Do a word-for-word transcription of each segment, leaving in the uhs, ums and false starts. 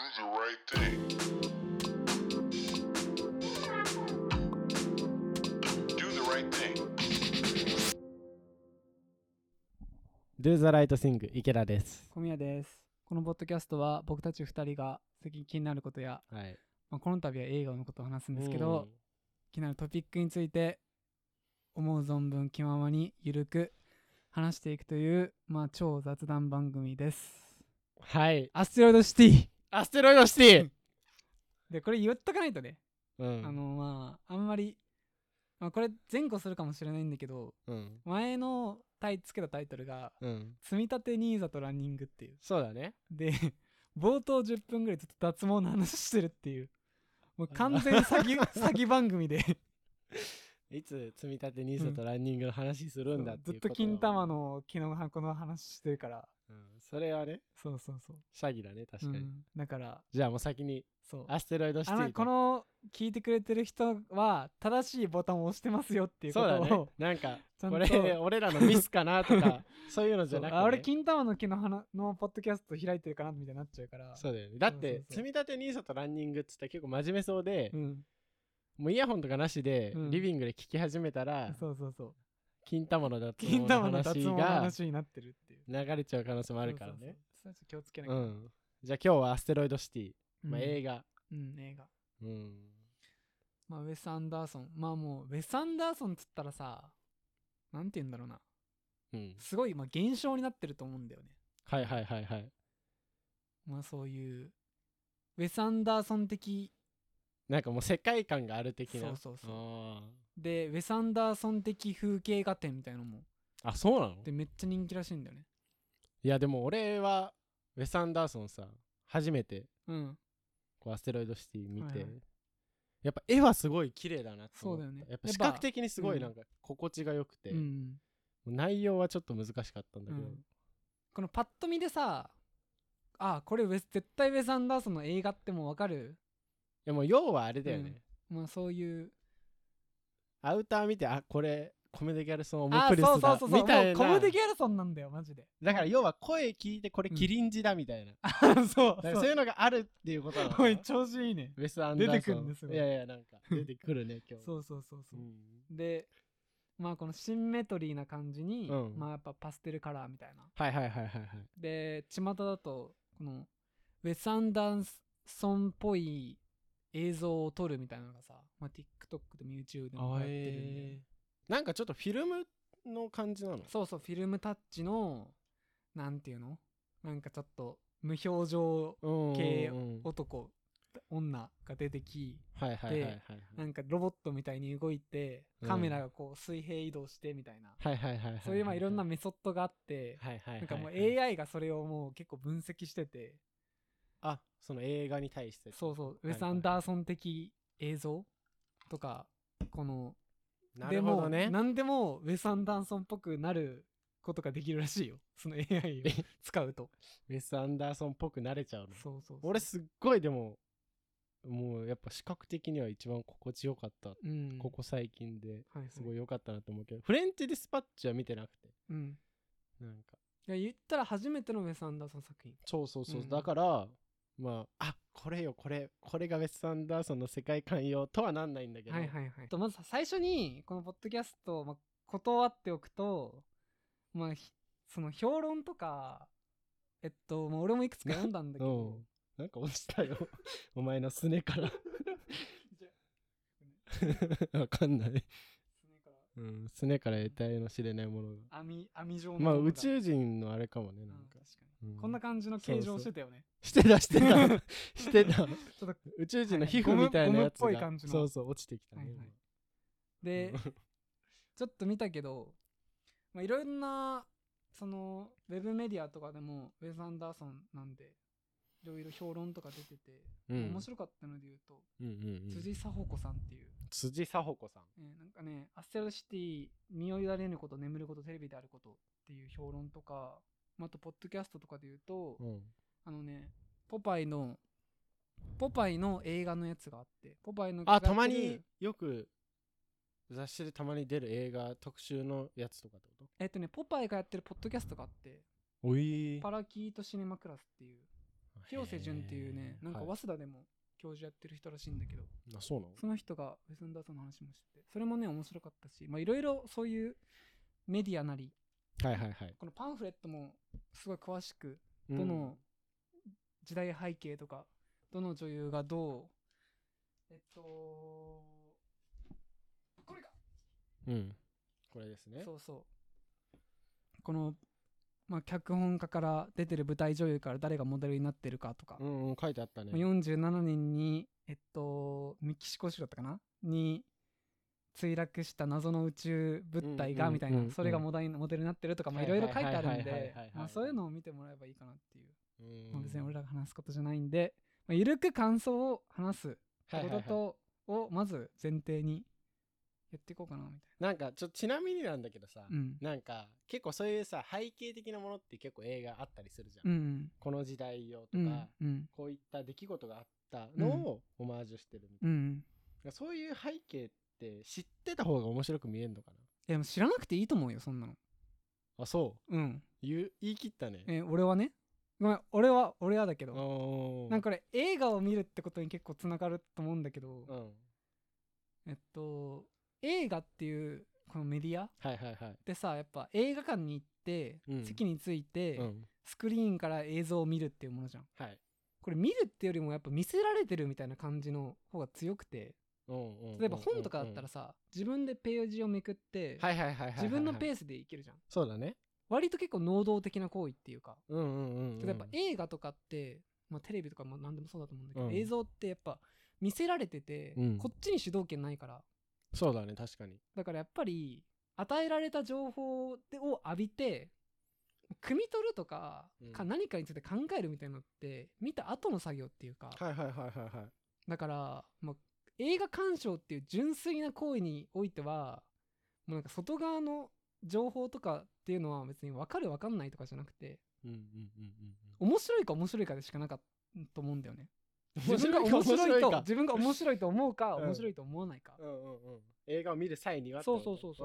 the right thing. Do the right thing. Do the right thing 池田です。 小宮です。このポッドキャストは僕たちふたりが最近気になることや、 はいまあ、この度は映画のことを話すんですけど、気になるトピックについて思う存分気ままにゆるく話していくという、まあ、超雑談番組です。 はい。 アステロイドシティアステロイドシティで、これ言っとかないとね、 うん、 あのまああんまり、まあ、これ前後するかもしれないんだけど、 うん、 前のタイつけたタイトルが、 うん、 積み立てニーザとランニングっていう。 そうだね。 で冒頭じゅっぷんぐらいずっと脱毛の話してるっていう、もう完全に詐欺詐欺番組でいつ積み立てニーサとランニングの話するんだっていうずっと金玉の木の箱の話してるから、 うん、それはね、 そうそうそう、 詐欺だね、確かに、うん、 だからじゃあもう先にそうアステロイドシティ、 あのこの聞いてくれてる人は正しいボタンを押してますよっていうことを、 そうだね、なんかこれ俺らのミスかなとかそういうのじゃなくて、ね、 あ俺金玉の木の花のポッドキャスト開いてるかなみたいになっちゃうから。 そうだよね。だって積み立てニーサとランニングっつったら結構真面目そうで、うん、もうイヤホンとかなしでリビングで聞き始めたら、 うん、そうそうそう、 金玉の脱毛の話が話になってるっていう流れちゃう可能性もあるからね。 そうそうそう気をつけなきゃ、うん、 じゃあ今日はアステロイドシティ、まあ、映画、 うん、うん、映画、 うん、 まあウェス・アンダーソン、まあもうウェス・アンダーソンっつったらさ、なんて言うんだろうな、うん、すごいまあ現象になってると思うんだよね。 はいはいはいはい。 まあそういうウェス・アンダーソン的なんかもう世界観がある的な。 そうそうそうでウェス・アンダーソン的風景画展みたいなのも、 あ、そうなの？ でめっちゃ人気らしいんだよね。 いやでも俺はウェス・アンダーソンさ初めて、 うん、 こうアステロイドシティ見て、はいはい、やっぱ絵はすごい綺麗だなって。 そうだよね。 やっぱ視覚的にすごいなんか心地が良くて、うん、内容はちょっと難しかったんだけど、うん、 このパッと見でさ、あこれウェス絶対ウェス・アンダーソンの映画ってもう分かる？ いやもう要はあれだよね、 うん、まあそういうアウター見て、あこれコメディギャルソンオムプレスだみたいな。そうそうそうそう、もうコメディギャルソンなんだよマジで。 だから要は声聞いてこれキリンジだみたいな、 うん、そうそうそういうのがあるっていうことなの。 おい調子いいね。 ウェス・アンダーソン出てくるんですよ。 いやいやなんか出てくるね今日。 そうそうそうそう、うん、でまあこのシンメトリーな感じに、うん、まあやっぱパステルカラーみたいな。 はいはいはいはいはい。 で巷だとこのウェス・アンダーソンっぽい映像を撮るみたいなのがさ、まあ、TikTok でも YouTube でもやってるんで、えー、なんかちょっとフィルムの感じなの？ そうそう、フィルムタッチのなんていうの、なんかちょっと無表情系男女が出てきて、なんかロボットみたいに動いてカメラがこう水平移動してみたいな、そういうまあいろんなメソッドがあって、なんかもう エーアイ がそれをもう結構分析してて、 あその映画に対して、 そうそうウェス・アンダーソン的映像とか、このなるほどね、 でも何でもウェス・アンダーソンっぽくなることができるらしいよ、その エーアイ を使うとウェス・アンダーソンっぽくなれちゃうの。 そうそうそう、 俺すっごいでももうやっぱ視覚的には一番心地よかった、うん、ここ最近ですごい良かったなと思うけど、はいはい、フレンチディスパッチは見てなくて、うん、なんかいや言ったら初めてのウェス・アンダーソン作品。 そうそうそう、うん、だからまあ、あこれよこれこれがウェス・アンダーソンの世界観よとはなんないんだけど、 はいはいはい、とまず最初にこのポッドキャストを、まあ、断っておくと、まあその評論とかえっと、まあ、俺もいくつか読んだんだけどなんか落ちたよお前のすねからわかんないうん、すねから得体の知れないものが網網状のまあ宇宙人のあれかもね、なんか、 うん、確かに、うん、こんな感じの形状してたよね。 してたしてたしてた宇宙人の皮膚みたいなやつが、はい、ゴムっぽい感じのそうそう落ちてきたね、はいはい、 でちょっと見たけど、まあいろんなそのウェブメディアとかでもウェス・アンダーソンなんでいろいろ評論とか出てて、うん、面白かったので言うと、うんうんうん、辻佐保子さんっていう辻佐保子さん、 えー、なんかねアステロシティ身を委ねること眠ることテレビであることっていう評論とか、あとポッドキャストとかで言うと、うん、あのねポパイのポパイの映画のやつがあって、ポパイのあたまによく雑誌でたまに出る映画特集のやつとかってこと？ えっとねポパイがやってるポッドキャストがあって、 おいパラキートシネマクラスっていう広瀬淳っていうね、なんか早稲田でも教授やってる人らしいんだけど、 あ、そうなの？ その人がウェス・アンダーソンの話もしてて、それもね面白かったし、まあいろいろそういうメディアなり、 はいはいはい、 このパンフレットもすごい詳しく、どの時代背景とか、どの女優がどう、えっとこれか、 うん、これですね。 そうそう、このまあ、脚本家から出てる舞台女優から誰がモデルになってるかとか、 うんうん、書いてあったね。 よんじゅうななねんにえっとメキシコ州だったかなに墜落した謎の宇宙物体がみたいな、うんうんうんうん、それがモデルになってるとかいろいろ書いてあるんで、そういうのを見てもらえばいいかなっていう、まあ、別に俺らが話すことじゃないんで、まあ、ゆるく感想を話すってことと、はいはいはい、をまず前提にやっていこうかなみたいな。なんかちょっとちなみになんだけどさ、 うん、 なんか結構そういうさ背景的なものって結構映画あったりするじゃん、 うん、 この時代よとか、 うんうん、 こういった出来事があったのをオマージュしてるみたいな、うん、そういう背景って知ってた方が面白く見えるのかな。 でも知らなくていいと思うよそんなの。 あ、そう、 うん、 言, 言い切ったね。 え俺はね、ごめん、俺は俺はだけど、なんかこれ映画を見るってことに結構つながると思うんだけど、うん、えっと映画っていうこのメディアでさ、やっぱ映画館に行って席についてスクリーンから映像を見るっていうものじゃん、はい、これ見るってよりもやっぱ見せられてるみたいな感じの方が強くて、例えば本とかだったらさ、自分でページをめくって自分のペースでいけるじゃん。 そうだね、 割と結構能動的な行為っていうか、うんうんうんうん、やっぱ映画とかって、まあ、テレビとかも何でもそうだと思うんだけど、うん、映像ってやっぱ見せられてて、うん、こっちに主導権ないから。 そうだね、確かに。 だからやっぱり与えられた情報でを浴びて汲み取るとか、うん、か何かについて考えるみたいなのって見た後の作業っていうか、 はいはいはいはいはい。 だから、まあ、映画鑑賞っていう純粋な行為においてはもうなんか外側の情報とかっていうのは別に分かる分かんないとかじゃなくて、うんうんうんうん、面白いか面白いかでしかなかったと思うんだよね。自分が面白いと自分が面白いと思うか、うん、面白いと思わないか、うんうんうん、 映画を見る際にはそうそうそうそう、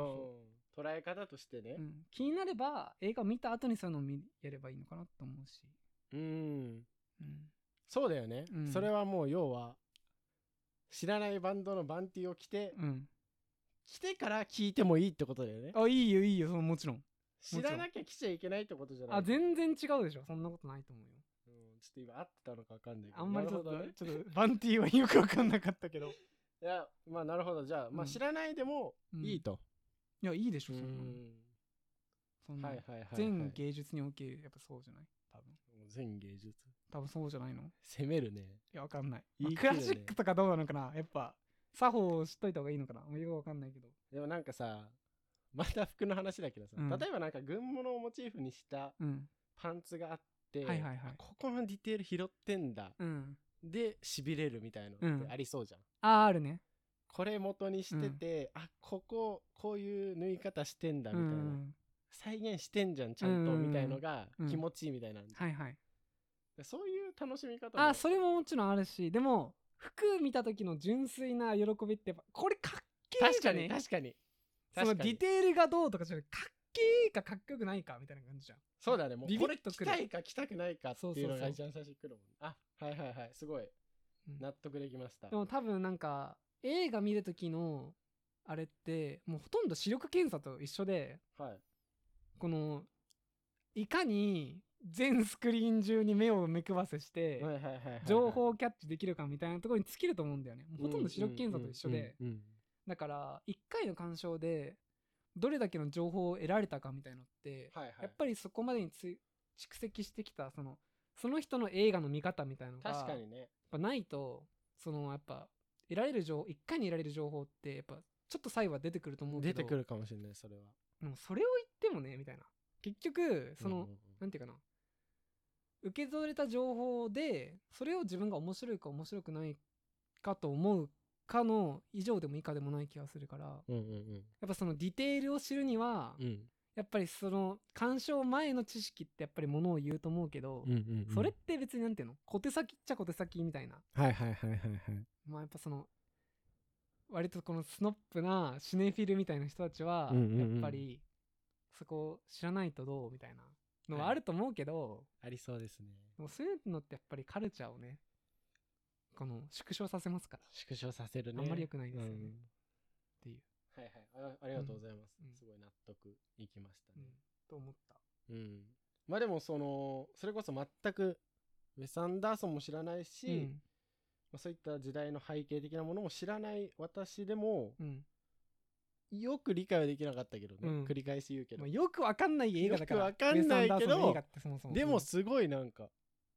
うん、捉え方としてね、 うん、気になれば映画を見た後にそういうのを見やればいいのかなと思うし、 うん、うん、そうだよね、うん、それはもう要は知らないバンドのバンティを着て、うん、着てから聞いてもいいってことだよね。 あ、いいよいいよ、そのもちろん知らなきゃ来ちゃいけないってことじゃない。 あ、全然違うでしょ、そんなことないと思うよ。 ちょっと今合ってたのか分かんないけど、 あんまりちょっと、ね、ちょっとバンティーはよく分かんなかったけどいや、まあなるほど、じゃあ、うん、まあ知らないでもいいと、 うん、いや、いいでしょ、そんなそんな、はいはいはいはい、全芸術におけるやっぱそうじゃない、多分全芸術多分そうじゃないの。 攻めるね。 いや、分かんない、いい、ね、まあ、クラシックとかどうなのかな、やっぱ作法を知っといた方がいいのかな、もうよく分かんないけど。 でもなんかさ、また服の話だけどさ、うん、例えばなんか軍物をモチーフにしたパンツがあって、うんはいはいはい、ここのディテール拾ってんだ、うん、でしびれるみたいのってありそうじゃん、 うん、ああるね。 これ元にしてて、うん、あ、こここういう縫い方してんだみたいな、うん、再現してんじゃんちゃんと、みたいのが気持ちいいみたいなんで、 はいはい、 そういう楽しみ方もあ、それももちろんあるし、でも服見た時の純粋な喜びってやっぱこれかっけーじゃね。 確かに確かに、そのディテールがどうとかじゃなくて、かっけーかかっこよくないかみたいな感じじゃん。 そうだね、もうこれ着たいか着たくないかっていうのが一番最初に来るもん。あ、はいはいはい、すごい納得できました、うん、 でも多分なんか映画見る時のあれってもうほとんど視力検査と一緒で、はい、このいかに全スクリーン中に目を目くばせして情報をキャッチできるかみたいなところに尽きると思うんだよね。もうほとんど視力検査と一緒で、だからいっかいの鑑賞でどれだけの情報を得られたかみたいのって、はいはい、やっぱりそこまでにつ蓄積してきたそのその人の映画の見方みたいなのが確かにね、 やっぱないと、そのやっぱ得られる情報いっかいに得られる情報ってやっぱちょっと差異は出てくると思うけど、 出てくるかもしれない。それはでもそれを言ってもねみたいな、結局その、うんうんうん、なんていうかな、受け取れた情報でそれを自分が面白いか面白くないかと思うかの以上でも以下でもない気がするから、うんうんうん、やっぱそのディテールを知るには、うん、やっぱりその鑑賞前の知識ってやっぱりものを言うと思うけど、うんうんうん、それって別になんていうの、小手先っちゃ小手先みたいな、 はいはいはいはいはい、 まあやっぱその割とこのスノップなシネフィルみたいな人たちは、うんうんうん、やっぱりそこを知らないとどうみたいなのはあると思うけど、 ありそうですね。 もうそういうのってやっぱりカルチャーをね、この縮小させますから。 縮小させるね。 あんまり良くないですよね。うん、っていう。 はいはいあ。ありがとうございます。うん、すごい納得いきましたね。 うん、と思った。 うん。まあでもその、それこそ全くウェス・アンダーソンも知らないし、うん、まあ、そういった時代の背景的なものも知らない私でも、うん、よく理解はできなかったけどね、うん、繰り返し言うけど、 まあ、よくわかんない映画だから。 よくわかんないけど、そもそもでもすごいなんか、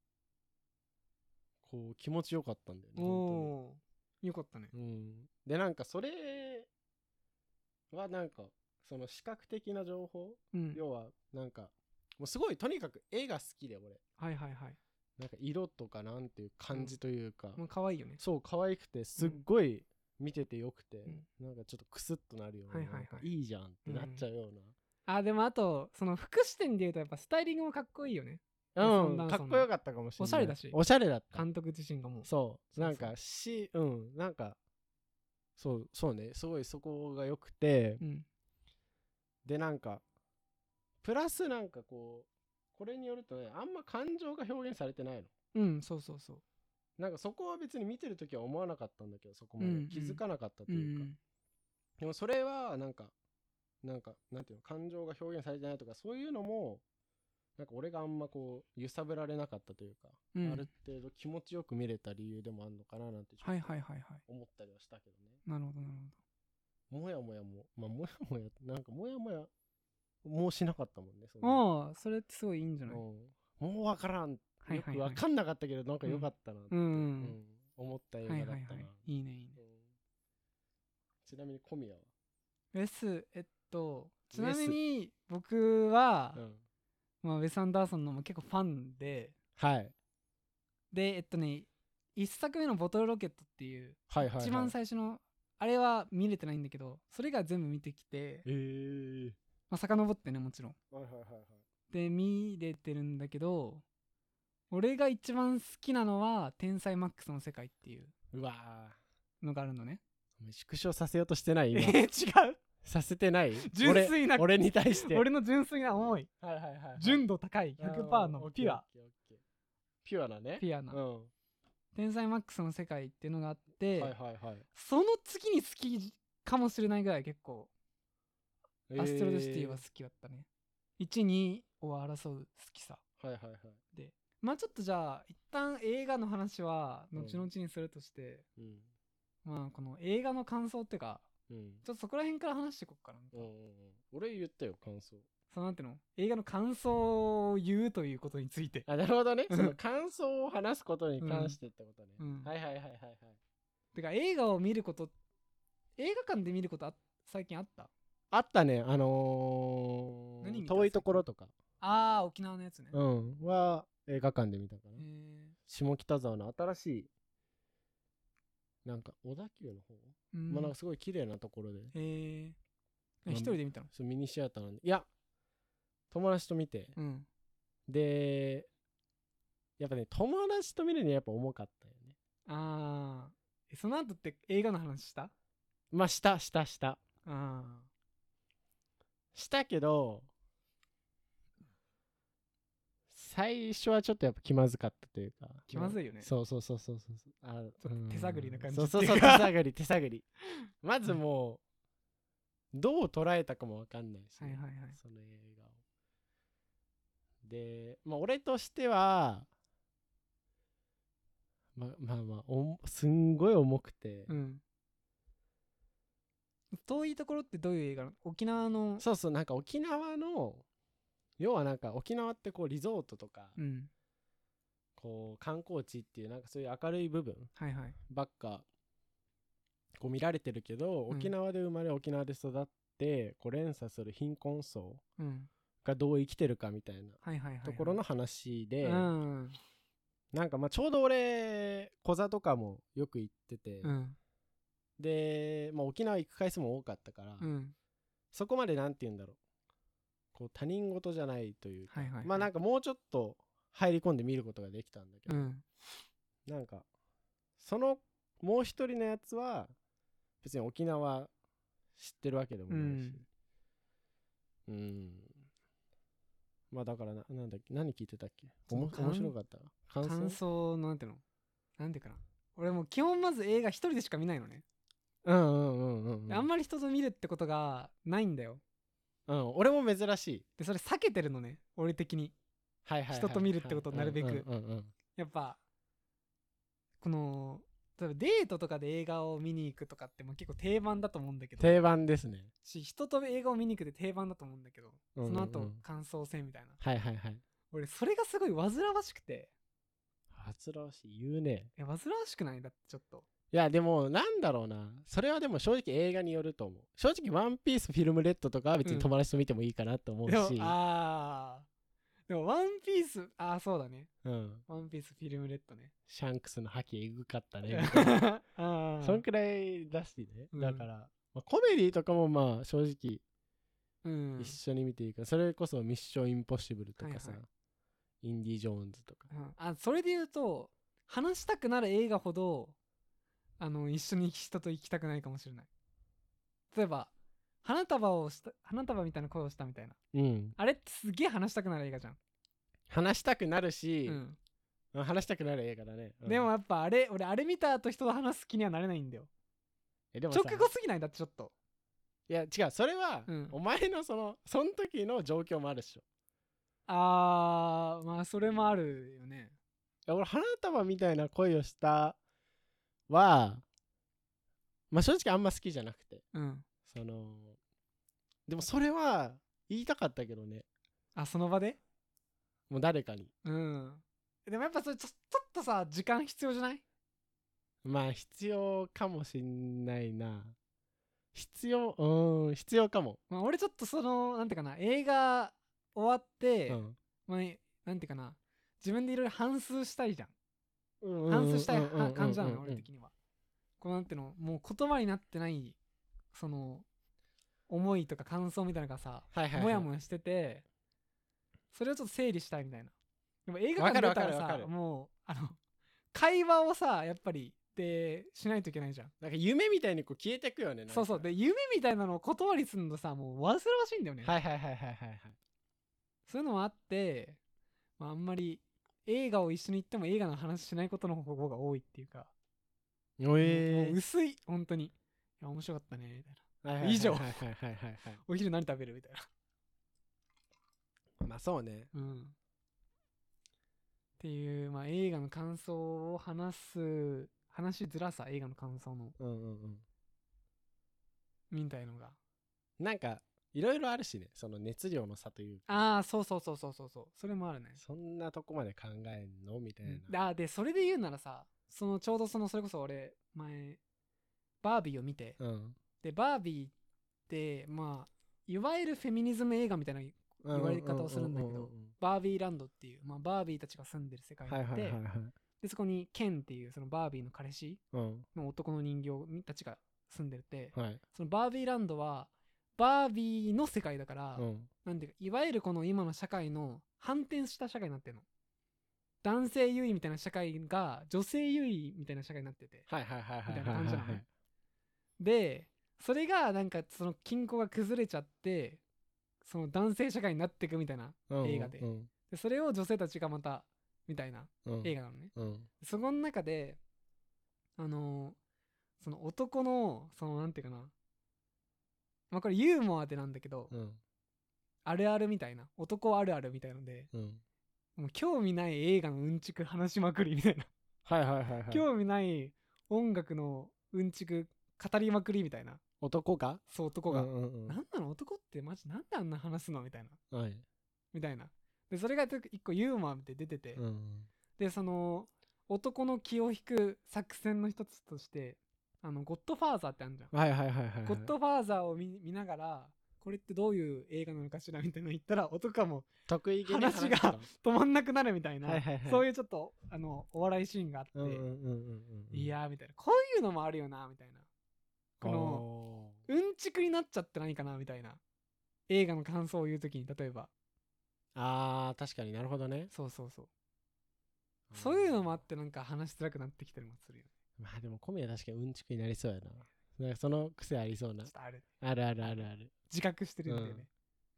こう気持ちよかったんだよね。 おー、よかったね。 うん。でなんかそれはなんかその視覚的な情報、うん、要はなんかもうすごいとにかく絵が好きで俺。 はいはいはい。 なんか色とかなんていう感じというか、 うん、可愛いよね。 そう可愛くてすっごい見ててよくて、うん、なんかちょっとクスッとなるような、はいはいはい、いいじゃんってなっちゃうような。うん、 あでもあとその服視点で言うとやっぱスタイリングもかっこいいよね。 うん、かっこよかったかもしれない。 おしゃれだし。 おしゃれだった。 監督自身がもう。 そう。なんかし、うん、なんか、そう、そうね、すごいそこが良くて、うん、で、なんか、プラスなんかこう、これによるとね、あんま感情が表現されてないの。 うん、そうそうそう。 なんかそこは別に見てるときは思わなかったんだけど、そこまで気づかなかったというか。うんうん、でもそれはなんか、なんか、なんていうの、感情が表現されてないとか、そういうのも、なんか俺があんまこう揺さぶられなかったというか、うん、ある程度気持ちよく見れた理由でもあるのかななんてちょっと思ったりはしたけどね。 なるほどなるほど。 もやもやも、まあもやもや、なんかもやもや、もうしなかったもんね。 ああ、それってすごいいいんじゃない？ うん、もうわからん。よくわかんなかったけど、なんか良かったなって、うんうんうん、思った映画だったな。はいはいはい。 いいねいいね。うん、 ちなみに小宮は？ ウェス、えっと、ちなみに僕は、うん、まあ、ウェス・アンダーソンのも結構ファンで、 はい。 で、えっとね、一作目のボトルロケットっていう、 はいはいはい、 一番最初の、あれは見れてないんだけど、それが全部見てきて、 えー、 まあ、遡ってね、もちろん。 はいはいはいはい。 で、見れてるんだけど、俺が一番好きなのは、天才マックスの世界っていううわのがあるのね。 縮小させようとしてない今。 えー、違うさせてない？ 純粋な俺, 俺に対して俺の純粋な思い、 はいはいはい、はい、 純度高い ひゃくパーセント のピュアピュアなねピュアな、 うん、 天才マックスの世界っていうのがあって、 はいはいはい、 その次に好きかもしれないぐらい結構、えー、アストロドシティは好きだったね。いち、にを争う好きさ。 はいはいはい。 で、まあちょっとじゃあ一旦映画の話は後々にするとして、うん、まあこの映画の感想っていうか、うん、ちょっとそこら辺から話していこうかな。うんうんうん、 俺言ったよ感想。 そのなんていうの、映画の感想を言うということについて。 あ、なるほどね。その感想を話すことに関してってことね。うん、はいはいはいはいはい。 てか映画を見ること、映画館で見ることあ最近あった？ あったね。あのー、遠いところとか。 ああ、沖縄のやつね。 うん。は映画館で見たかな。下北沢の新しい。なんか小田急の方、うん、まあなんかすごい綺麗なところで。 へえ。一人で見たの？ そうミニシアターなんで。いや、友達と見て。うん、で、やっぱね、友達と見るにはやっぱ重かったよね。 ああ。え、その後って映画の話した？ まあしたしたした。ああ。 したけど、最初はちょっとやっぱ気まずかったというか。 気まずいよね。 そうそうそうそうそう。あ、 ちょっと手探りな感じ。 そうそうそう、手探り手探り。まずもう、どう捉えたかもわかんないし、ね、 はいはいはい、 その映画を。で、まあ俺としては、まあまあまあお、すんごい重くて、うん、 遠いところってどういう映画なの？沖縄の。 そうそう、なんか沖縄の、要はなんか沖縄ってこうリゾートとか、うん、こう観光地っていうなんかそういう明るい部分ばっかこう見られてるけど、うん、沖縄で生まれ沖縄で育ってこう連鎖する貧困層がどう生きてるかみたいなところの話で、なんかまあちょうど俺コザとかもよく行ってて、うん、で、まあ、沖縄行く回数も多かったから、うん、そこまでなんて言うんだろう、こう他人事じゃないというか、はいはいはい、まあなんかもうちょっと入り込んで見ることができたんだけど、うん、なんかそのもう一人のやつは別に沖縄知ってるわけでもないし、うん、うん、 まあだからな、なんだっけ、何聞いてたっけ。おも面白かった。 感想感想なんていうのなんていうかな。俺もう基本まず映画一人でしか見ないのね。 うんうんうんうん、うん、 あんまり人と見るってことがないんだよ。 うん、俺も珍しい。 でそれ避けてるのね、俺的に。 はいはいはい、 人と見るってことをなるべく、 うんうんうんうん、 やっぱこの例えばデートとかで映画を見に行くとかってもう結構定番だと思うんだけど、 定番ですね。 し人と映画を見に行くって定番だと思うんだけど、うんうんうん、その後感想戦みたいな、 はいはいはい、 俺それがすごい煩わしくて。 煩わしい言うね。 いや煩わしくない？だってちょっと。 いやでもなんだろうな、それはでも正直映画によると思う。正直ワンピースフィルムレッドとかは別に友達と見てもいいかなと思うし、うん、 でもああでもワンピース、ああそうだね、 うん、 ワンピースフィルムレッドね、 シャンクスの覇気エグかったねみたいなあそんくらいだしね、うん、だから、まあ、コメディとかもまあ正直、うん、一緒に見ていいから、それこそミッションインポッシブルとかさ、はいはい、インディ・ジョーンズとか、 うん、あそれで言うと話したくなる映画ほどあの一緒に人と行きたくないかもしれない。例えば花束をした花束みたいな声をしたみたいな、うん、あれってすげえ話したくなる映画じゃん。 話したくなるし、うん、話したくなる映画だね、 うん、でもやっぱあれ俺あれ見た後人と話す気にはなれないんだよ。えでも直後すぎない？だってちょっと。 いや違う、それは、うん、お前のそのその時の状況もあるっしょ。 あーまあそれもあるよね。 いや俺花束みたいな声をしたはまあ正直あんま好きじゃなくて、うん、そのでもそれは言いたかったけどね。 あその場でもう誰かに。 うん。でもやっぱそれちょ、ちょっとさ時間必要じゃない？ まあ必要かもしんないな。必要うん必要かも。 まあ俺ちょっとそのなんていうかな、映画終わって、うん、まあなんていうかな、自分でいろいろ反芻したいじゃん。うんうん、反芻したい感じなのね、俺的には。こうなんていうの、もう言葉になってないその思いとか感想みたいなのがさ、はいはいはい、もやもやしてて、それをちょっと整理したいみたいな。でも映画館出たらさ、もうあの会話をさやっぱりでしないといけないじゃん。 なんか夢みたいにこう消えてくよね。 そうそうで夢みたいなのを言葉にするのさもう煩わしいんだよね。 はいはいはいはいはいはい。 そういうのもあって、まあ、あんまり映画を一緒に行っても映画の話しないことの方が多いっていうか。えー、もうもう薄い本当に。いや面白かったねみたいな。はいはいはいはいはい、以上。お昼何食べるみたいな。まあそうね。 うん。っていう、まあ、映画の感想を話す話しづらさ、映画の感想の、うんうんうん、みたいのがなんかいろいろあるしね、その熱量の差というか。 ああそうそうそうそうそうそう、それもあるね。 そんなとこまで考えんのみたいな、 うん、あでそれで言うならさ、そのちょうどそのそれこそ俺前バービーを見て、うん、でバービーってまあいわゆるフェミニズム映画みたいな言われ方をするんだけど、バービーランドっていう、まあ、バービーたちが住んでる世界があって、はいはいはいはい、でそこにケンっていうそのバービーの彼氏の男の人形たちが住んでて、はい、そのバービーランドはバービーの世界だから、うん、なんていうかいわゆるこの今の社会の反転した社会になってるの。男性優位みたいな社会が女性優位みたいな社会になってて、はいはいはいはいみたいな感じなのね。でそれがなんかその均衡が崩れちゃってその男性社会になっていくみたいな映画 で,、うんうん、でそれを女性たちがまたみたいな映画なのね、うんうん、そこの中であのー、その男のそのなんていうかな、まあこれユーモアでなんだけど、うん、あるあるみたいな、男あるあるみたいので、うん、もう興味ない映画のうんちく話しまくりみたいなはいはいはい、はい、興味ない音楽のうんちく語りまくりみたいな。 男がそう男が、うんうんうん、なんなの男ってマジなんであんな話すのみたいな、はい、みたいな。でそれが一個ユーモアって出てて、うんうん、でその男の気を引く作戦の一つとしてあのゴッドファーザーってあるじゃん。はいはいはいはい、はい、ゴッドファーザーを 見, 見ながらこれってどういう映画なのかしらみたいなの言ったら男はもう得意げに話が止まんなくなるみたいな、はいはいはい、そういうちょっとあのお笑いシーンがあって、うんうんうんうん、いやーみたいな、こういうのもあるよなみたいな、このうんちくになっちゃってないかなみたいな、映画の感想を言うときに例えばあー確かになるほどね。 そうそうそう、そういうのもあってなんか話しづらくなってきたりもするよね。 まあでも小宮確かにうんちくになりそうやな。なんかその癖ありそうな。ちょっとあるあるあるあるある。 自覚してるんだよね、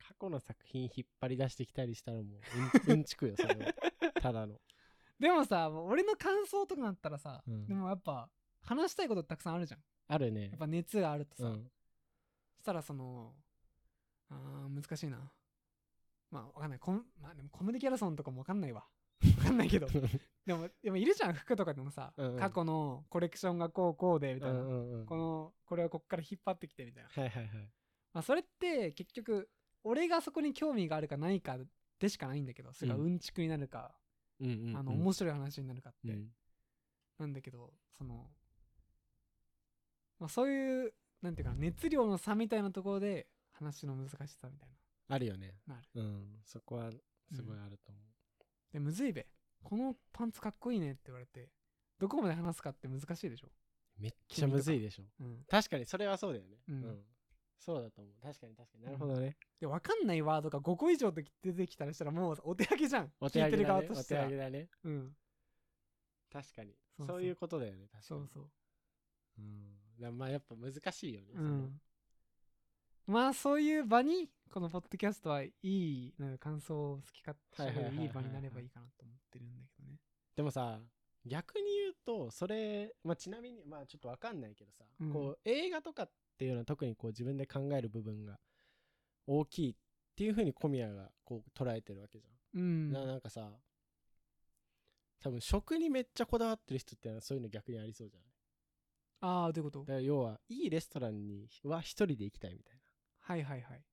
過去の作品引っ張り出してきたりしたらもううんうんちくよそれはただの。 でもさもう俺の感想とかなったらさ、うん、でもやっぱ話したいことたくさんあるじゃん。 あるね。 やっぱ熱があるとさ、 うん、 そしたらそのあー難しいな。まあわかんないコン、まあ、でもコメディキャラソンとかもわかんないわわかんないけどでもでもいるじゃん服とかでもさ、うんうん、過去のコレクションがこうこうでみたいな、うんうんうん、このこれはこっから引っ張ってきてみたいな、 はいはいはい。 まあ、それって結局俺がそこに興味があるかないかでしかないんだけど、それがうんちくになるか、うん、あの面白い話になるかって、うん、なんだけどその、まあ、そういうなんていうか熱量の差みたいなところで話の難しさみたいなあるよね。 なる、 うん、そこはすごいあると思う、 うん、でむずいべこのパンツかっこいいねって言われてどこまで話すかって難しいでしょ。 めっちゃむずいでしょ、うん、確かにそれはそうだよね、うん、うん、そうだと思う。確かに確かになるほどね、うん、 で分かんないワードがごこ以上出てきたりしたらもうお手上げじゃん。 お手上げだね、 聞いてる側としてはお手上げだね。 うん、 確かに そう, そういうことだよね。確かにそうそう、 うん、まあやっぱ難しいよね、 うん、まあそういう場にこのポッドキャストはいいなんか感想を好き勝手しゃべるいい場になればいいかなと思ってるんだけどね。 でもさ逆に言うとそれ、まあ、ちなみにまあちょっと分かんないけどさ、うん、こう映画とかっていうのは特にこう自分で考える部分が大きいっていう風に小宮がこう捉えてるわけじゃん、うん、な, なんかさ多分食にめっちゃこだわってる人ってのはそういうの逆にありそうじゃない。 ああどういうこと。 だから要はいいレストランには一人で行きたいみたいな。 はいはいはい。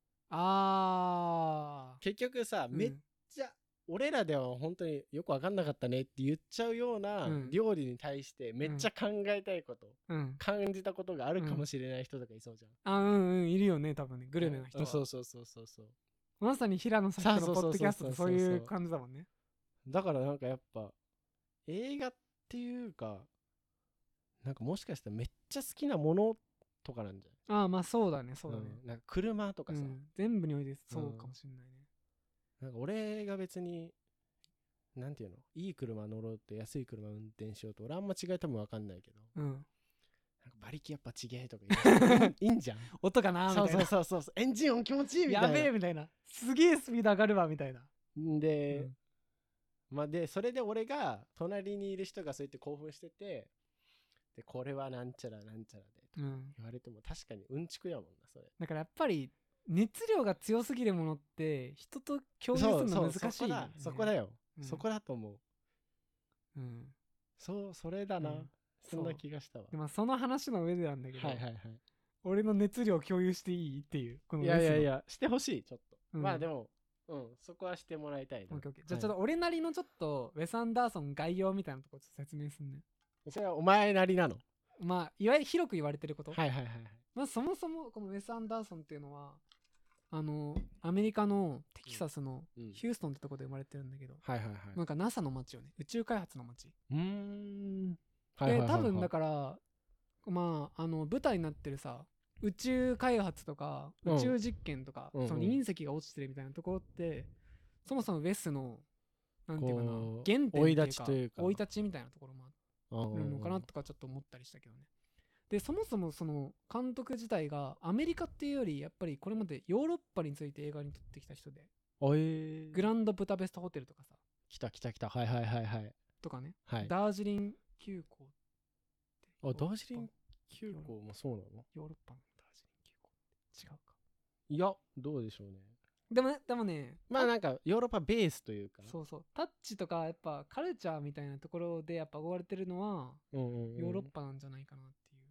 ああ結局さ、うん、めっちゃ俺らでは本当によく分かんなかったねって言っちゃうような料理に対してめっちゃ考えたいこと、うん、感じたことがあるかもしれない人とかいそうじゃん、 うん、あうんうんいるよね多分ねグルメな人は、 うん、そうそうそうそうそうまさに平野さんのポッドキャストってそういう感じだもんね。 だからなんかやっぱ映画っていうかなんかもしかしたらめっちゃ好きなものとかなんじゃない。 ああまあそうだねそうだね、 うん、なんか車とかさ、うん、 全部においてそうかもしれないね、 うん、なんか俺が別になんていうのいい車乗ろうって安い車運転しようと俺あんま違い多分分かんないけど、うん、なんか馬力やっぱちげえとか言ういいんじゃん音かなみたいな。 そうそうそうそうエンジン音気持ちいいみたいなやべえみたいなすげえスピード上がるわみたいなで、うん、まあでそれで俺が隣にいる人がそうやって興奮しててでこれはなんちゃらなんちゃらでと言われても、うん、確かにうんちくやもんなそれ。 だからやっぱり熱量が強すぎるものって人と共有するの難しい、ね、 そうそうそこだそこだよ、うん、そこだと思う、 うん、 そうそれだな、うん、そんな気がしたわ。 でもその話の上でなんだけど、 はいはいはい、 俺の熱量共有していいっていうこのいやいやいやしてほしいちょっと、うん、まあでもうんそこはしてもらいたいな。 オッケーオッケー。じゃあちょっと俺なりのちょっとウェス・アンダーソン概要みたいなところ説明すんね。 それはお前なりなの。 まあいわゆる広く言われてること。 はいはいはい。 まあそもそもこのウェス・アンダーソンっていうのはあのアメリカのテキサスのヒューストンってとこで生まれてるんだけど、 はいはいはい、 なんか ナサ の街よね宇宙開発の街。 うーん。 で多分だからまああの舞台になってるさ宇宙開発とか宇宙実験とか、うん、その隕石が落ちてるみたいなところって、うんうん、そもそもウェスのなんていうかな原点っていうか生い立ちみたいなところもあるのかなとかちょっと思ったりしたけどね。でそもそもその監督自体がアメリカっていうよりやっぱりこれまでヨーロッパについて映画に撮ってきた人で、 えー、 グランドブタペストホテルとかさ来た来た来たはいはいはいはいとかね、 はい、 ダージリン急行あダージリン急行もそうなの。 ヨーロッパのダージリン急行って違うか。 いやどうでしょうね。 でもねでもねまあなんかヨーロッパベースというかそうそうタッチとかやっぱカルチャーみたいなところでやっぱ憧れてるのはヨーロッパなんじゃないかなっていう、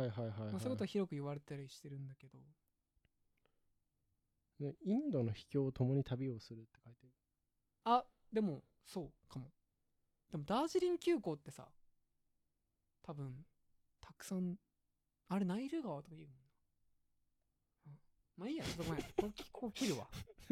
はいはいはい、はい、 まあ、そういうことは広く言われたりしてるんだけど、 ね、インドの秘境を共に旅をするって書いてる。 あでもそうかも。でもダージリン急行ってさ多分たくさんあれナイル川とか言うもんな。まあいいやちょっとごめんこうこう切るわ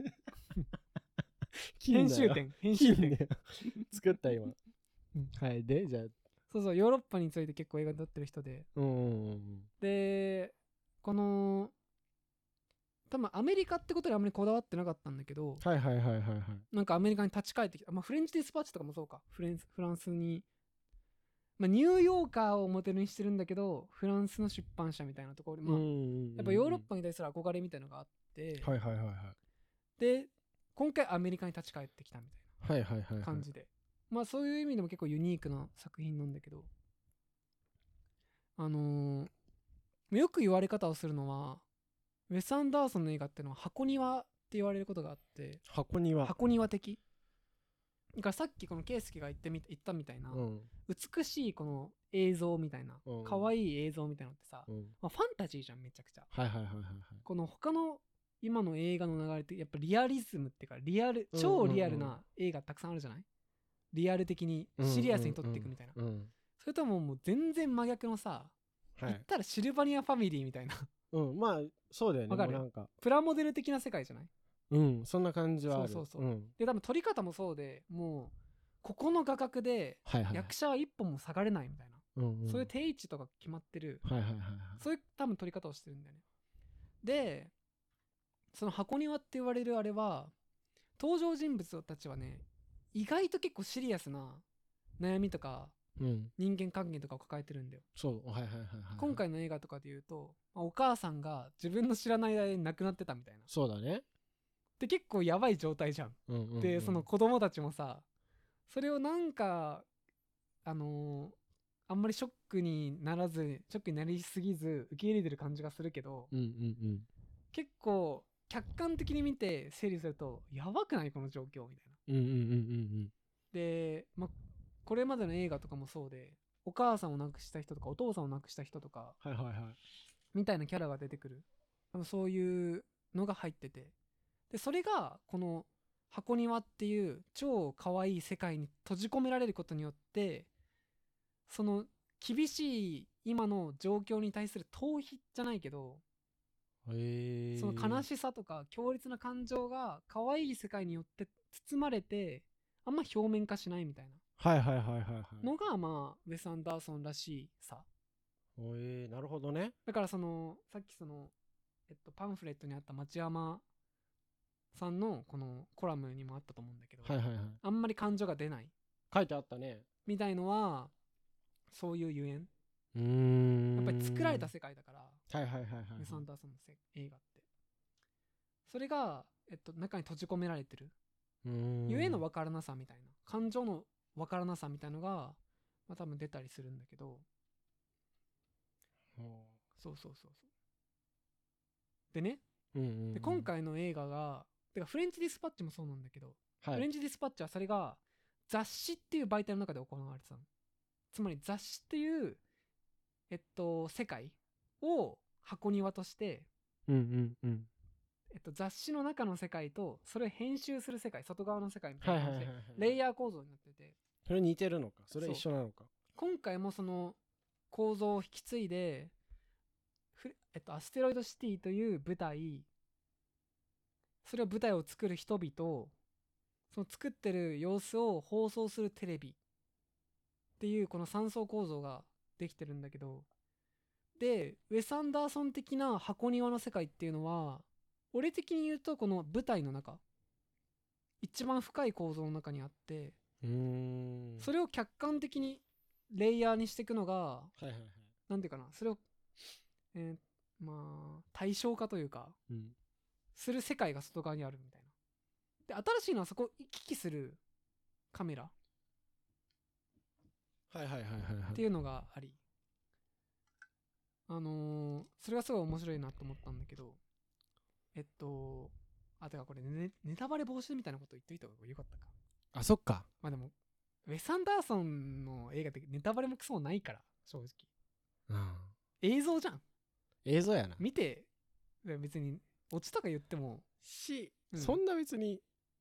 編集点編集点作った今、うん、はいでじゃあそうそうヨーロッパについて結構映画に撮ってる人で、 うんうんうん、 でこの多分アメリカってことであんまりこだわってなかったんだけど、 はいはいはいはいはい、 なんかアメリカに立ち返ってきた、まあ、フレンチディスパッチとかもそうかフレンフランスに、まあ、ニューヨーカーをモデルにしてるんだけどフランスの出版社みたいなところで、まあ、やっぱヨーロッパに対する憧れみたいなのがあって、 はいはいはいはい。 で今回アメリカに立ち返ってきたみたいな感じで、まあそういう意味でも結構ユニークな作品なんだけど、あのー、よく言われ方をするのはウェス・アンダーソンの映画っていうのは箱庭って言われることがあって、 箱庭箱庭的だから、さっきこの圭介が言ってみ言ったみたいな、うん、美しいこの映像みたいな、うん、可愛い映像みたいなのってさ、うん、まあ、ファンタジーじゃんめちゃくちゃ。 はいはいはいはい、はい、この他の今の映画の流れってやっぱリアリズムっていうかリアル超リアルな映画たくさんあるじゃない、うんうんうん、リアル的にシリアスに撮っていくみたいな、うんうんうん、それとももう全然真逆のさ、はい、言ったらシルバニアファミリーみたいなうんまあそうだよね。 わかる。なんかプラモデル的な世界じゃない。 うんそんな感じはある。 そうそうそう、うん、で多分撮り方もそうで、もうここの画角で役者は一本も下がれないみたいな、はいはい、そういう定位置とか決まってる、はいはいはいはい、そういう多分撮り方をしてるんだよね。でその箱庭って言われるあれは登場人物たちはね意外と結構シリアスな悩みとか、うん、人間関係とかを抱えてるんだよ。 そう、はいはいはいはい、 今回の映画とかで言うと、まあ、お母さんが自分の知らない間に亡くなってたみたいな。 そうだね。 で結構やばい状態じゃん、うんうんうん、でその子供たちもさそれをなんかあのー、あんまりショックにならずショックになりすぎず受け入れてる感じがするけど、うんうんうん、結構客観的に見て整理するとやばくないこの状況みたいな、うんうんうんうん、で、ま、これまでの映画とかもそうでお母さんを亡くした人とかお父さんを亡くした人とか、はいはいはい、みたいなキャラが出てくる。そういうのが入ってて、でそれがこの箱庭っていう超可愛い世界に閉じ込められることによってその厳しい今の状況に対する逃避じゃないけど、へー、その悲しさとか強烈な感情が可愛い世界によって包まれてあんま表面化しないみたいな、はいはいはいはいはいのがまあウェス・アンダーソンらしいさ。 へー、なるほどね。 だからそのさっきそのえっとパンフレットにあった町山さんのこのコラムにもあったと思うんだけど、はいはいはい、あんまり感情が出ない書いてあったねみたいのはそういうゆえん、うーんやっぱり作られた世界だから、はいはいはいはい、ウェス・アンダーソンの映画ってそれが、えっと、中に閉じ込められてるゆえの分からなさみたいな感情の分からなさみたいのが、まあ、多分出たりするんだけど、そうそうそうそうでね、うんうんうん、で今回の映画がてかフレンチディスパッチもそうなんだけど、はい、フレンチディスパッチはそれが雑誌っていう媒体の中で行われてたの。つまり雑誌っていうえっと世界を箱庭として、うんうんうんえっと、雑誌の中の世界とそれを編集する世界外側の世界みたいな感じでレイヤー構造になってて、 それ似てるのかそれ一緒なのか。 今回もその構造を引き継いでえっと、アステロイドシティという舞台、それを舞台を作る人々、その作ってる様子を放送するテレビっていうこの三層構造ができてるんだけど、でウェス・アンダーソン的な箱庭の世界っていうのは俺的に言うとこの舞台の中一番深い構造の中にあって、うーんそれを客観的にレイヤーにしていくのが、はいはいはい、なんていうかな、それを、えーまあ対象化というか、うん、する世界が外側にあるみたいな。で新しいのはそこを行き来するカメラはいはいはいはい、はい、 っていうのがあり、あのー、それがすごい面白いなと思ったんだけど、えっとあてかこれ、ね、ネタバレ防止みたいなこと言っといた方がよかったか。 あそっか。 まあでもウェス・アンダーソンの映画ってネタバレもクソもないから正直、うん、映像じゃん。 映像やな。 見て別にオチとか言ってもし、うん、そんな別に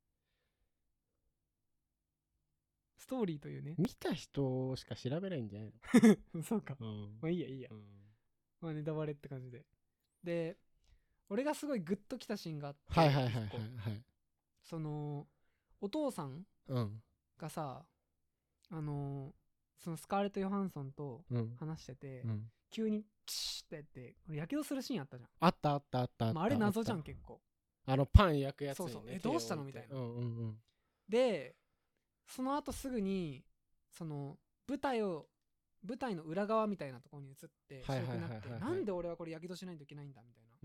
ストーリーというね見た人しか調べないんじゃないのそうか、うん、まあいいやいいや、うん、まあネタバレって感じで、で俺がすごいグッときたシーンがあって、はいはいはいはい、はい、そのお父さんがさ、うん、あのそのスカーレット・ヨハンソンと話してて、うんうん、急にプシッってやってやけどするシーンあったじゃん。 あったあったあったあった、 まあ、あれ謎じゃん結構。 あのパン焼くやつに、ね、 そうそうえどうしたのみたいな、うんうんうん、でその後すぐにその舞台を舞台の裏側みたいなところに移って白くなって、なんで俺はこれやけどしないといけないんだみたいな、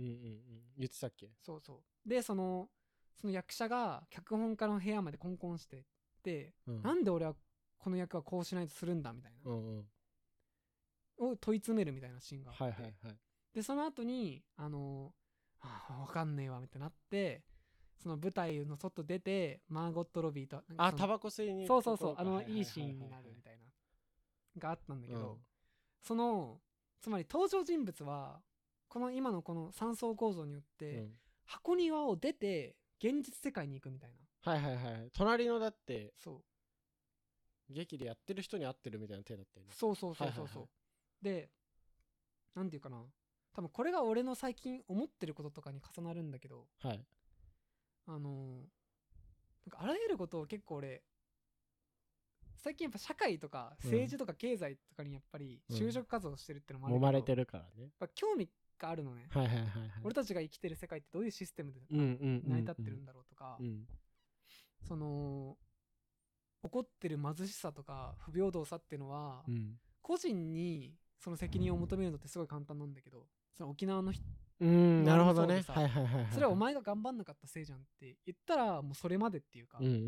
うんうんうん、言ってたっけ。 そうそうでそのその役者が脚本家の部屋までコンコンしてで、うん、なんで俺はこの役はこうしないとするんだみたいな、うんうん、を問い詰めるみたいなシーンがあって、はいはいはい、でその後にあのー、分かんねえわみたいになってその舞台の外出てマーゴット・ロビーとあタバコ吸いにそうそうそうあのいいシーンになるみたいながあったんだけど、うん、そのつまり登場人物はこの今のこの三層構造によって、うん、箱庭を出て現実世界に行くみたいな。はいはいはい。隣のだってそう劇でやってる人に会ってるみたいな手だったよね。 そうそうそうそうそう、はいはいはい、でなんていうかな多分これが俺の最近思ってることとかに重なるんだけど、はい、あのー、なんかあらゆることを結構俺最近やっぱ社会とか政治とか経済とかにやっぱり就職活動してるってのもあるけど、 揉まれてるからね。 やっぱ興味があるのね、はいはいはいはい、俺たちが生きてる世界ってどういうシステムで成り立ってるんだろうとか、うんうんうん、その起こってる貧しさとか不平等さっていうのは、うん、個人にその責任を求めるのってすごい簡単なんだけどその沖縄の人うんなるほどね、はいはいはいはい、 それはお前が頑張んなかったせいじゃんって言ったらもうそれまでっていうか、うんうんうん、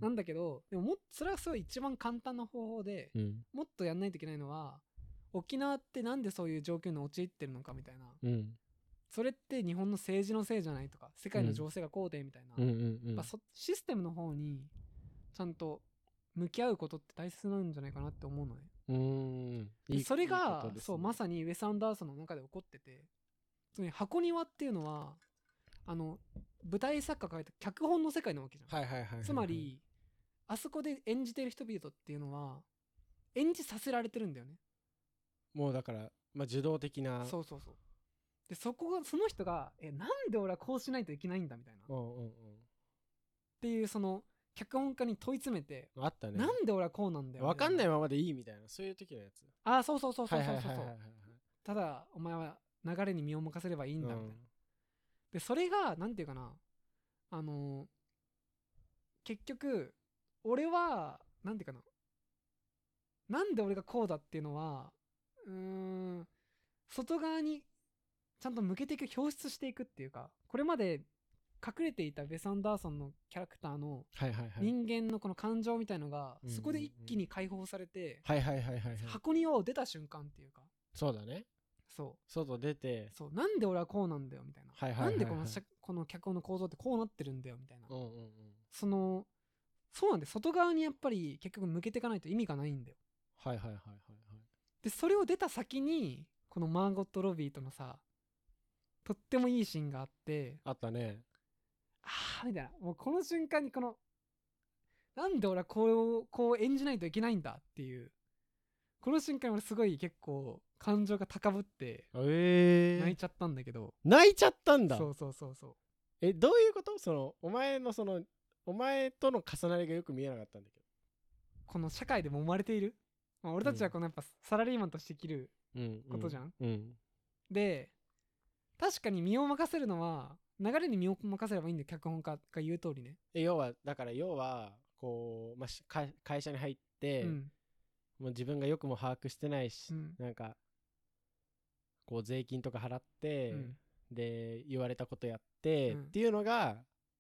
なんだけどでももそれはすごい一番簡単な方法で、うん、もっとやんないといけないのは沖縄ってなんでそういう状況に陥ってるのかみたいな、うん、それって日本の政治のせいじゃないとか世界の情勢がこうでみたいな、うんうんうんうん、やっぱそシステムの方にちゃんと向き合うことって大切なんじゃないかなって思うのね。うーんでそれがいい、ね、そうまさにウェス・アンダーソンの中で起こっててつまり箱庭っていうのはあの舞台作家が書いた脚本の世界なわけじゃん、はいはいはいはいはい、つまりあそこで演じてる人々っていうのは演じさせられてるんだよね。 もうだから、まあ、受動的なそうそうそうでそこがその人がえなんで俺はこうしないといけないんだみたいな、うんうんうん、っていうその脚本家に問い詰めてあったねなんで俺はこうなんだよ分かんないままでいいみたいなそういう時のやつああそうそうそうそうそうそうただお前は流れに身を任せればいいんだみたいな、うん、でそれがなんていうかなあのー、結局俺はなんていうかななんで俺がこうだっていうのはうーん外側にちゃんと向けていく表出していくっていうかこれまで隠れていたウェス・アンダーソンのキャラクターの人間のこの感情みたいのがそこで一気に解放されて箱庭を出た瞬間っていうかそうだねそう外出てそうなんで俺はこうなんだよみたいな、はいはいはいはい、なんでこのこの脚本の構造ってこうなってるんだよみたいな、うんうんうん、そのそうなんで外側にやっぱり結局向けていかないと意味がないんだよ。 はいはいはいはいはい。 でそれを出た先にこのマーゴット・ロビーとのさとってもいいシーンがあってあったね。 あーみたいなもうこの瞬間にこのなんで俺はこうこう演じないといけないんだっていうこの瞬間俺すごい結構感情が高ぶって泣いちゃったんだけど、 えー、泣いちゃったんだ。 そうそうそうそうえどういうことそのお前のそのお前との重なりがよく見えなかったんだけどこの社会でも生まれている、まあ、俺たちはこのやっぱサラリーマンとして生きることじゃん、うんうんうん、で確かに身を任せるのは流れに身を任せればいいんだよ脚本家が言う通りね。 え要はだから要はこう、まあ、会社に入って、うん、もう自分がよくも把握してないし、うん、なんかこう税金とか払って、うん、で言われたことやって、うん、っていうのが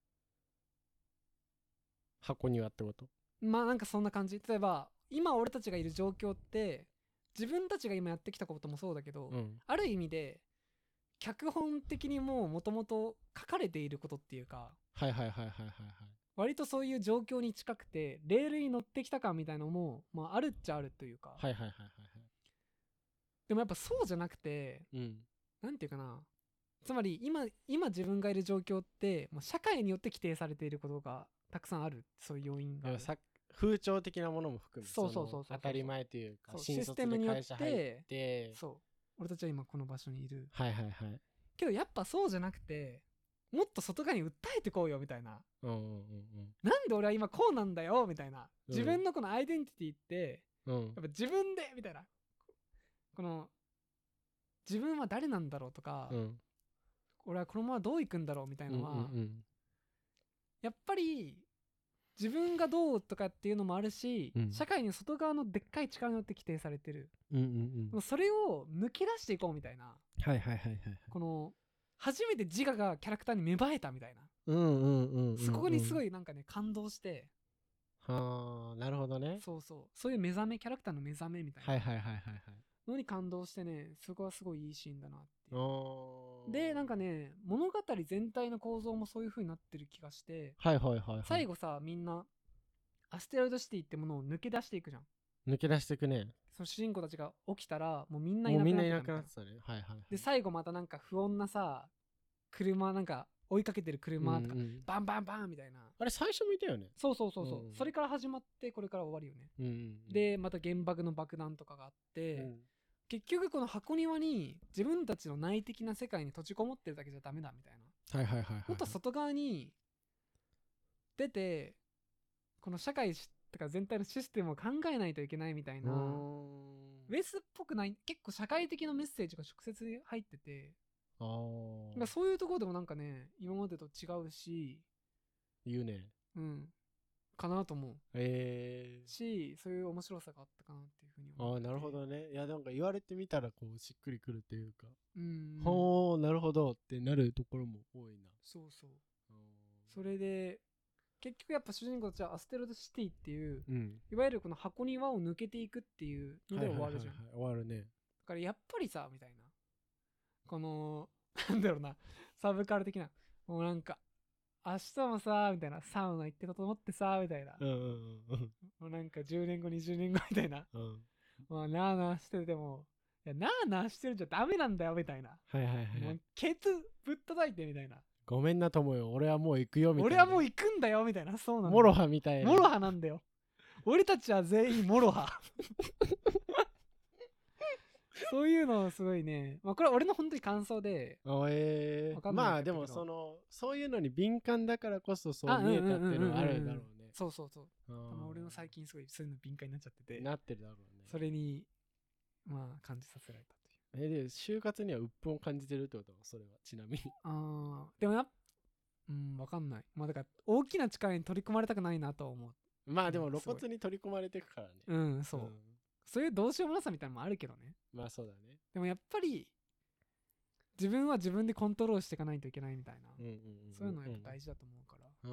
箱庭ってこと。 まあなんかそんな感じ。例えば今俺たちがいる状況って自分たちが今やってきたこともそうだけど、うん、ある意味で脚本的にももともと書かれていることっていうかはいはいはいはいはいはい割とそういう状況に近くてレールに乗ってきた感みたいなのも、まあ、あるっちゃあるというかはいはいはいはいはいでもやっぱそうじゃなくて、うん、なんていうかなつまり今今自分がいる状況ってもう社会によって規定されていることがたくさんあるそういう要因がある風潮的なものも含めそうそうそうそう当たり前というかシステムによってそう俺たちは今この場所にいるはいはいはいけどやっぱそうじゃなくてもっと外側に訴えてこうよみたいな、うんうんうんうん、なんで俺は今こうなんだよみたいな、うん、自分のこのアイデンティティって、うん、やっぱ自分でみたいなこの自分は誰なんだろうとか、うん、俺はこのままどういくんだろうみたいなのは、うんうんうん、やっぱり自分がどうとかっていうのもあるし、うん、社会に外側のでっかい力によって規定されてる、うんうんうん、それを抜き出していこうみたいな、はいはいはいはい、この初めて自我がキャラクターに芽生えたみたいな、 うんうんうんうんうん、 そこにすごいなんかね感動して、 はあ、なるほどね。 そうそう、そういう目覚め、キャラクターの目覚めみたいなはいはいはいはいはいのに感動してね、そこはすごいいいシーンだなっていう。でなんかね物語全体の構造もそういう風になってる気がして、 はいはいはい、はい、 最後さみんなアステロイドシティってものを抜け出していくじゃん。 抜け出していくね。 その主人公たちが起きたらもうみんないなくなってたみたいな。もうみんないなくなってたね。はいはい、はい、で最後またなんか不穏なさ車なんか追いかけてる車とか、うんうん、バンバンバンみたいな、 あれ最初見たよね。 そうそうそうそう、うんうん、それから始まってこれから終わるよね、うんうんうん、でまた原爆の爆弾とかがあって、うん、結局この箱庭に自分たちの内的な世界に閉じこもってるだけじゃダメだみたいな、はいはいはいはい、もっと外側に出てこの社会とか全体のシステムを考えないといけないみたいな、ウェスっぽくない、結構社会的なメッセージが直接入ってて、ああ、そういうところでもなんかね今までと違うし、 言うね、 うんかなと思う、えー、しそういう面白さがあったかなっていうふうに思って。 ああなるほどね。いやなんか言われてみたらこうしっくりくるというか、うん、ほうなるほどってなるところも多いな。 そうそう、それで結局やっぱ主人公たちはアステロイドシティっていう、うん、いわゆるこの箱庭を抜けていくっていうので終わるじゃん、はいはいはいはい、終わるね。だからやっぱりさみたいな、このなんだろうな、サブカル的な、もうなんか明日もさみたいな、サウナ行ってたと思ってさみたいな、うんうんうん、もうなんかじゅうねんごにじゅうねんごみたいな、うん、もうなあなあしてても、いやなあなあしてるんじゃダメなんだよみたいな、はいはいはい、もうケツぶったたいてみたいな、 ごめんな友よ俺はもう行くよみたいな、 俺はもう行くんだよみたいな、そうなんだ、 モロハみたいな、 モロハなんだよ俺たちは全員モロハそういうのすごいね、まあこれは俺の本当に感想で、 えー、まあでもそのそういうのに敏感だからこそそう見えたっていうのはあるんだろうね。 そうそうそう、俺の最近すごいそういうの敏感になっちゃってて、 なってるだろうね。 それにまあ感じさせられたという。 えで就活には鬱憤を感じてるってことはそれはちなみに。 ああでもやっうんわかんない。まあだから大きな力に取り込まれたくないなとは思う。 まあでも露骨に取り込まれてくからね。 うんそう、うん、そういうどうしようもなさみたいなのもあるけどね。 まあそうだね。 でもやっぱり自分は自分でコントロールしていかないといけないみたいな、うんうんうんうん、そういうのはやっぱ大事だと思うから、うん、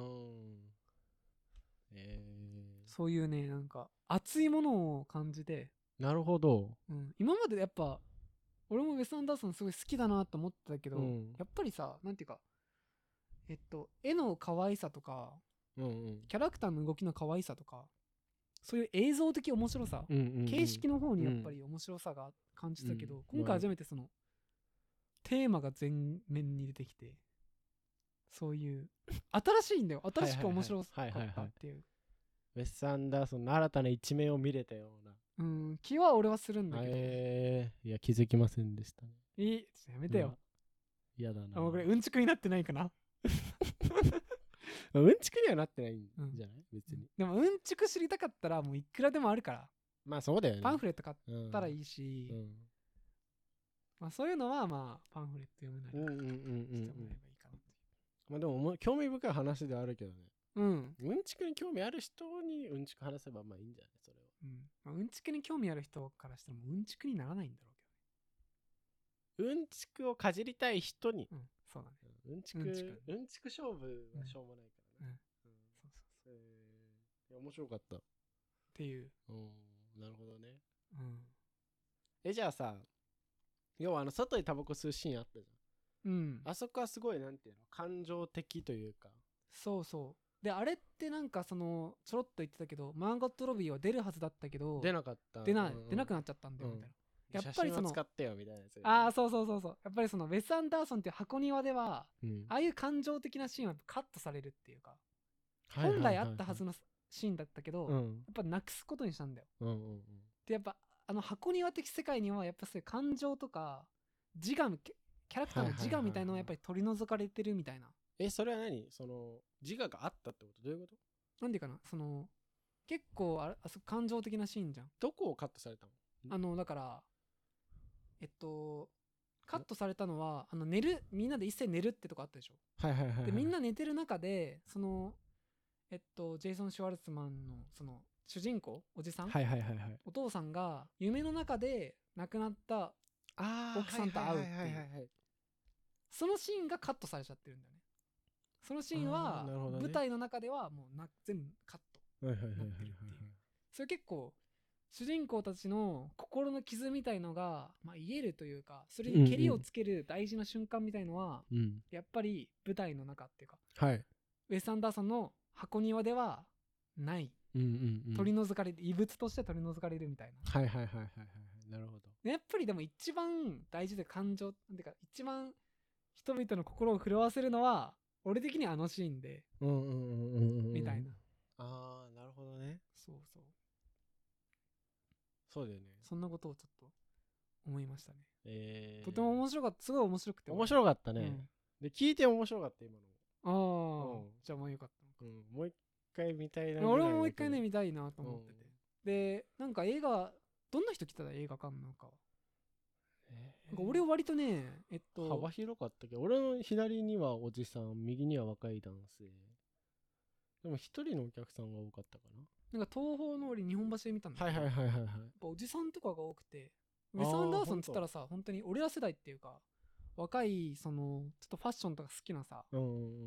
えー、そういうねなんか熱いものを感じて、 なるほど、 うん、今までやっぱ俺もウェス・アンダーソンすごい好きだなと思ってたけど、うん、やっぱりさなんていうかえっと絵の可愛さとか、うんうん、キャラクターの動きの可愛さとかそういう映像的面白さ、うんうんうん、形式の方にやっぱり面白さが感じたけど、うん、今回初めてそのテーマが前面に出てきて、そういう新しいんだよ、新しく面白かったっていう、 ウェス・アンダーソンの新たな一面を見れたような、 うん、気は俺はするんだけど、 えー、いや気づきませんでしたね。 いいやめてよ、 嫌だな。 あもうこれうんちくになってないかなうんちくにはなってないんじゃない、うん、別に。 でもうんちく知りたかったらもういくらでもあるから、 まあそうだよね、 パンフレット買ったらいいし、うんうん、まあそういうのはまあパンフレット読めないからしてもらえばいいかなっていう。 まあでも興味深い話ではあるけどね。 うん。 うんちくに興味ある人にうんちく話せばまあいいんじゃないそれは。 うん。まあ、うんちくに興味ある人からしたらもううんちくにならないんだろうけどね。うんちくをかじりたい人に。 うん。そうだね。 うんちく、うんちく、うんちく勝負はしょうもないからね。うん。うん、そうそうそう。えー、いや面白かった。 っていう。 うん。なるほどね。うん。えじゃあさ。要はあの外にタバコ吸うシーンあったじゃん、うん、あそこはすごいなんていうの感情的というか、 そうそうであれってなんかそのちょろっと言ってたけどマーゴット・ロビーは出るはずだったけど出なかった出な、うん、出なくなっちゃったんだよみたいな、うん、やっぱりその写真を使ってよみたいなやつ、ね、 ああそうそうそうそうやっぱりそのウェス・アンダーソンっていう箱庭では、うん、ああいう感情的なシーンはカットされるっていうか、はいはいはいはい、本来あったはずのシーンだったけど、うん、やっぱなくすことにしたんだよ、うんうんうん、でやっぱあの箱庭的世界にはやっぱそういう感情とか自我キャラクターの自我みたいなのがやっぱり取り除かれてるみたいな、 えそれは何その自我があったってことどういうことなんでかなその結構ああそ感情的なシーンじゃん。 どこをカットされたのあのだからえっとカットされたのはあの寝るみんなで一斉寝るってとこあったでしょ。 はいはいはい、はい、 でみんな寝てる中でそのえっとジェイソン・シュワルツマンのその主人公おじさん、 はいはいはいはい、 お父さんが夢の中で亡くなった奥さんと会うっていうそのシーンがカットされちゃってるんだよね。そのシーンは、ね、舞台の中ではもうな全部カットになってるっていう。それ結構主人公たちの心の傷みたいのが、まあ、癒えるというか、それにケリをつける大事な瞬間みたいのは、うんうん、やっぱり舞台の中っていうか、はい、ウェス・アンダーソンの箱庭ではない、うんうんうん、取り除かれる、異物として取り除かれるみたいな。はいはいはいはいはい、なるほど。やっぱりでも一番大事で感情っていうか、一番人々の心を震わせるのは俺的にはあのシーンで、うんうんうんうん、みたいな。 ああ、なるほどね。 そうそう。 そうだよね。 そんなことをちょっと思いましたね。えー、とても面白かった。すごい面白くて。 面白かったね。うん、で、聞いて面白かった、今の。ああ、うん、じゃあもうよかったのか。 うん、もう一回見たいな。 俺ももう一回ね、見たいなと思ってて。うん、で、なんか映画、どんな人来たら映画館なんかは。えー、なんか俺は割とね、えっと。 幅広かったけど、俺の左にはおじさん、右には若い男性。でも一人のお客さんが多かったかな。 なんか東宝の俺日本橋で見たんだけど、 はいはいはいはい、はい、やっぱおじさんとかが多くて、ウェス・アンダーソンっつったらさ、本当に俺ら世代っていうか、若いそのちょっとファッションとか好きなさ、うん、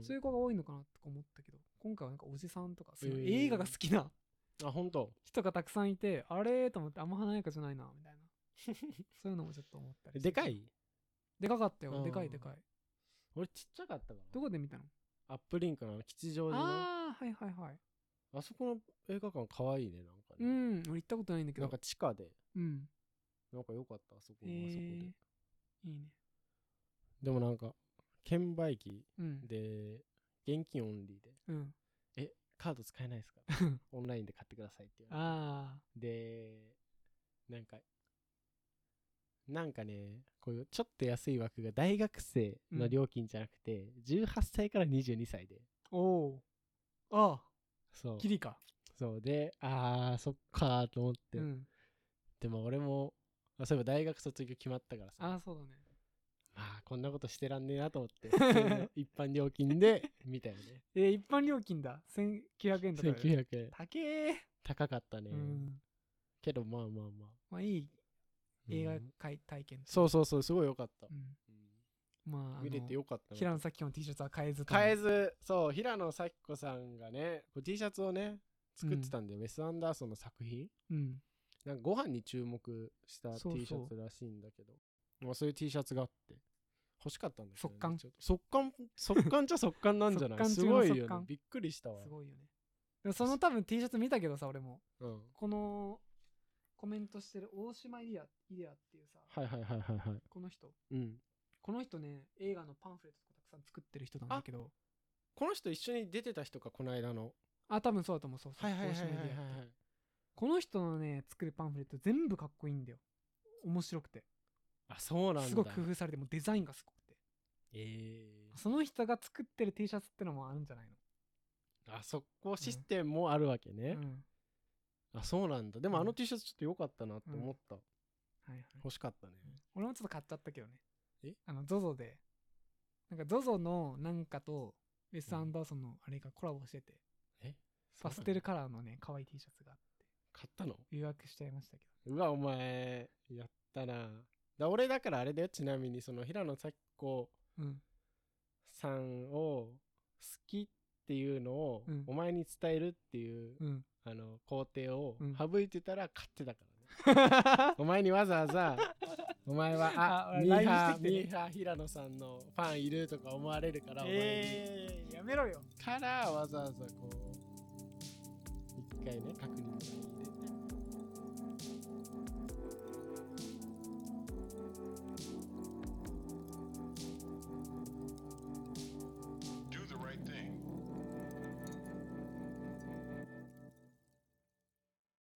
そういう子が多いのかなとか思ったけど、今回はなんかおじさんとかそういう映画が好きな、 えー、あ本当人がたくさんいて、あれーと思ってあんま華やかじゃないなみたいなそういうのもちょっと思ったり。 でかい？ でかかったよ。でかいでかい。 俺ちっちゃかったから。 どこで見たの？ アップリンクの吉祥寺の。 ああはいはいはい。 あそこの映画館かわいいね、なんかね。 うん、俺行ったことないんだけど。 なんか地下で。 うん。 なんか良かった、あそこ、えー、 あそこで。 いいね。 でもなんか、券売機で、現金オンリーで。うん。え、カード使えないですかオンラインで買ってくださいって言われて。ああ。で、なんか、なんかね、こういうちょっと安い枠が大学生の料金じゃなくて、うん、じゅうはっさいからにじゅうにさいで。おお。ああ。そう。ギリか。そうで、あー、そっかーと思って。うん、でも俺も、あ、そういえば大学卒業決まったからさ。 あー、そうだね。 まあ、こんなことしてらんねえなと思って、普通の一般料金で見たよね。 えー、一般料金だ。せんきゅうひゃくえんとか。 せんきゅうひゃくえん。 高えー。 高かったね。うん、けど、まあまあまあ。 まあいい映画会体験、うん。 そうそうそう、すごい良かった。うんうん、まあ、 見れてよかった。 平野咲子の T シャツは買えず。 買えず、そう、平野咲子さんがね、T シャツをね、作ってたんで、うん、ウェス・アンダーソンの作品、うん、なんかご飯に注目した T シャツらしいんだけど、まあ、そういう T シャツがあって欲しかったんだけど、ね、 速乾速乾速乾じゃ速乾なんじゃないすごいよね。びっくりしたわ。 すごいよね。でもその多分 T シャツ見たけどさ、俺も、うん、このコメントしてる大島イリアイリアっていうさ、 はいはいはいはいはい、 この人、うん、この人ね、映画のパンフレットとかたくさん作ってる人なんだけど、 この人一緒に出てた人か、この間の。 あ、多分そうだと思う。そうそう。 はいはいはいはいはい、はい、 この人のね、作るパンフレット全部かっこいいんだよ。面白くて。 あ、そうなんだ。 すごく工夫されて、もデザインがすごくて。えー、その人が作ってる T シャツってのもあるんじゃないの？ あ、そこシステムもあるわけね。うん、あ、そうなんだ。でもあの T シャツちょっと良かったなって思った。うんうん、はいはい、欲しかったね、うん。 俺もちょっと買っちゃったけどね。え？あの ゾゾ で、なんか ゾゾ のなんかとウェス・アンダーソンのあれがコラボしてて、え？パステルカラーのね、可愛い T シャツがあって。 買ったの？ 予約しちゃいましたけど。 うわ、お前、やったな。だ俺だからあれだよ、ちなみに、その平野咲子さんを好きっていうのを、お前に伝えるっていう、うん、あの、工程を省いてたら買ってたからね。お前にわざわざ、お前は、あ、あミーハー、ミーハー平野さんのファンいるとか思われるから、 えー、やめろよ。 から、わざわざこう、一回ね、確認して。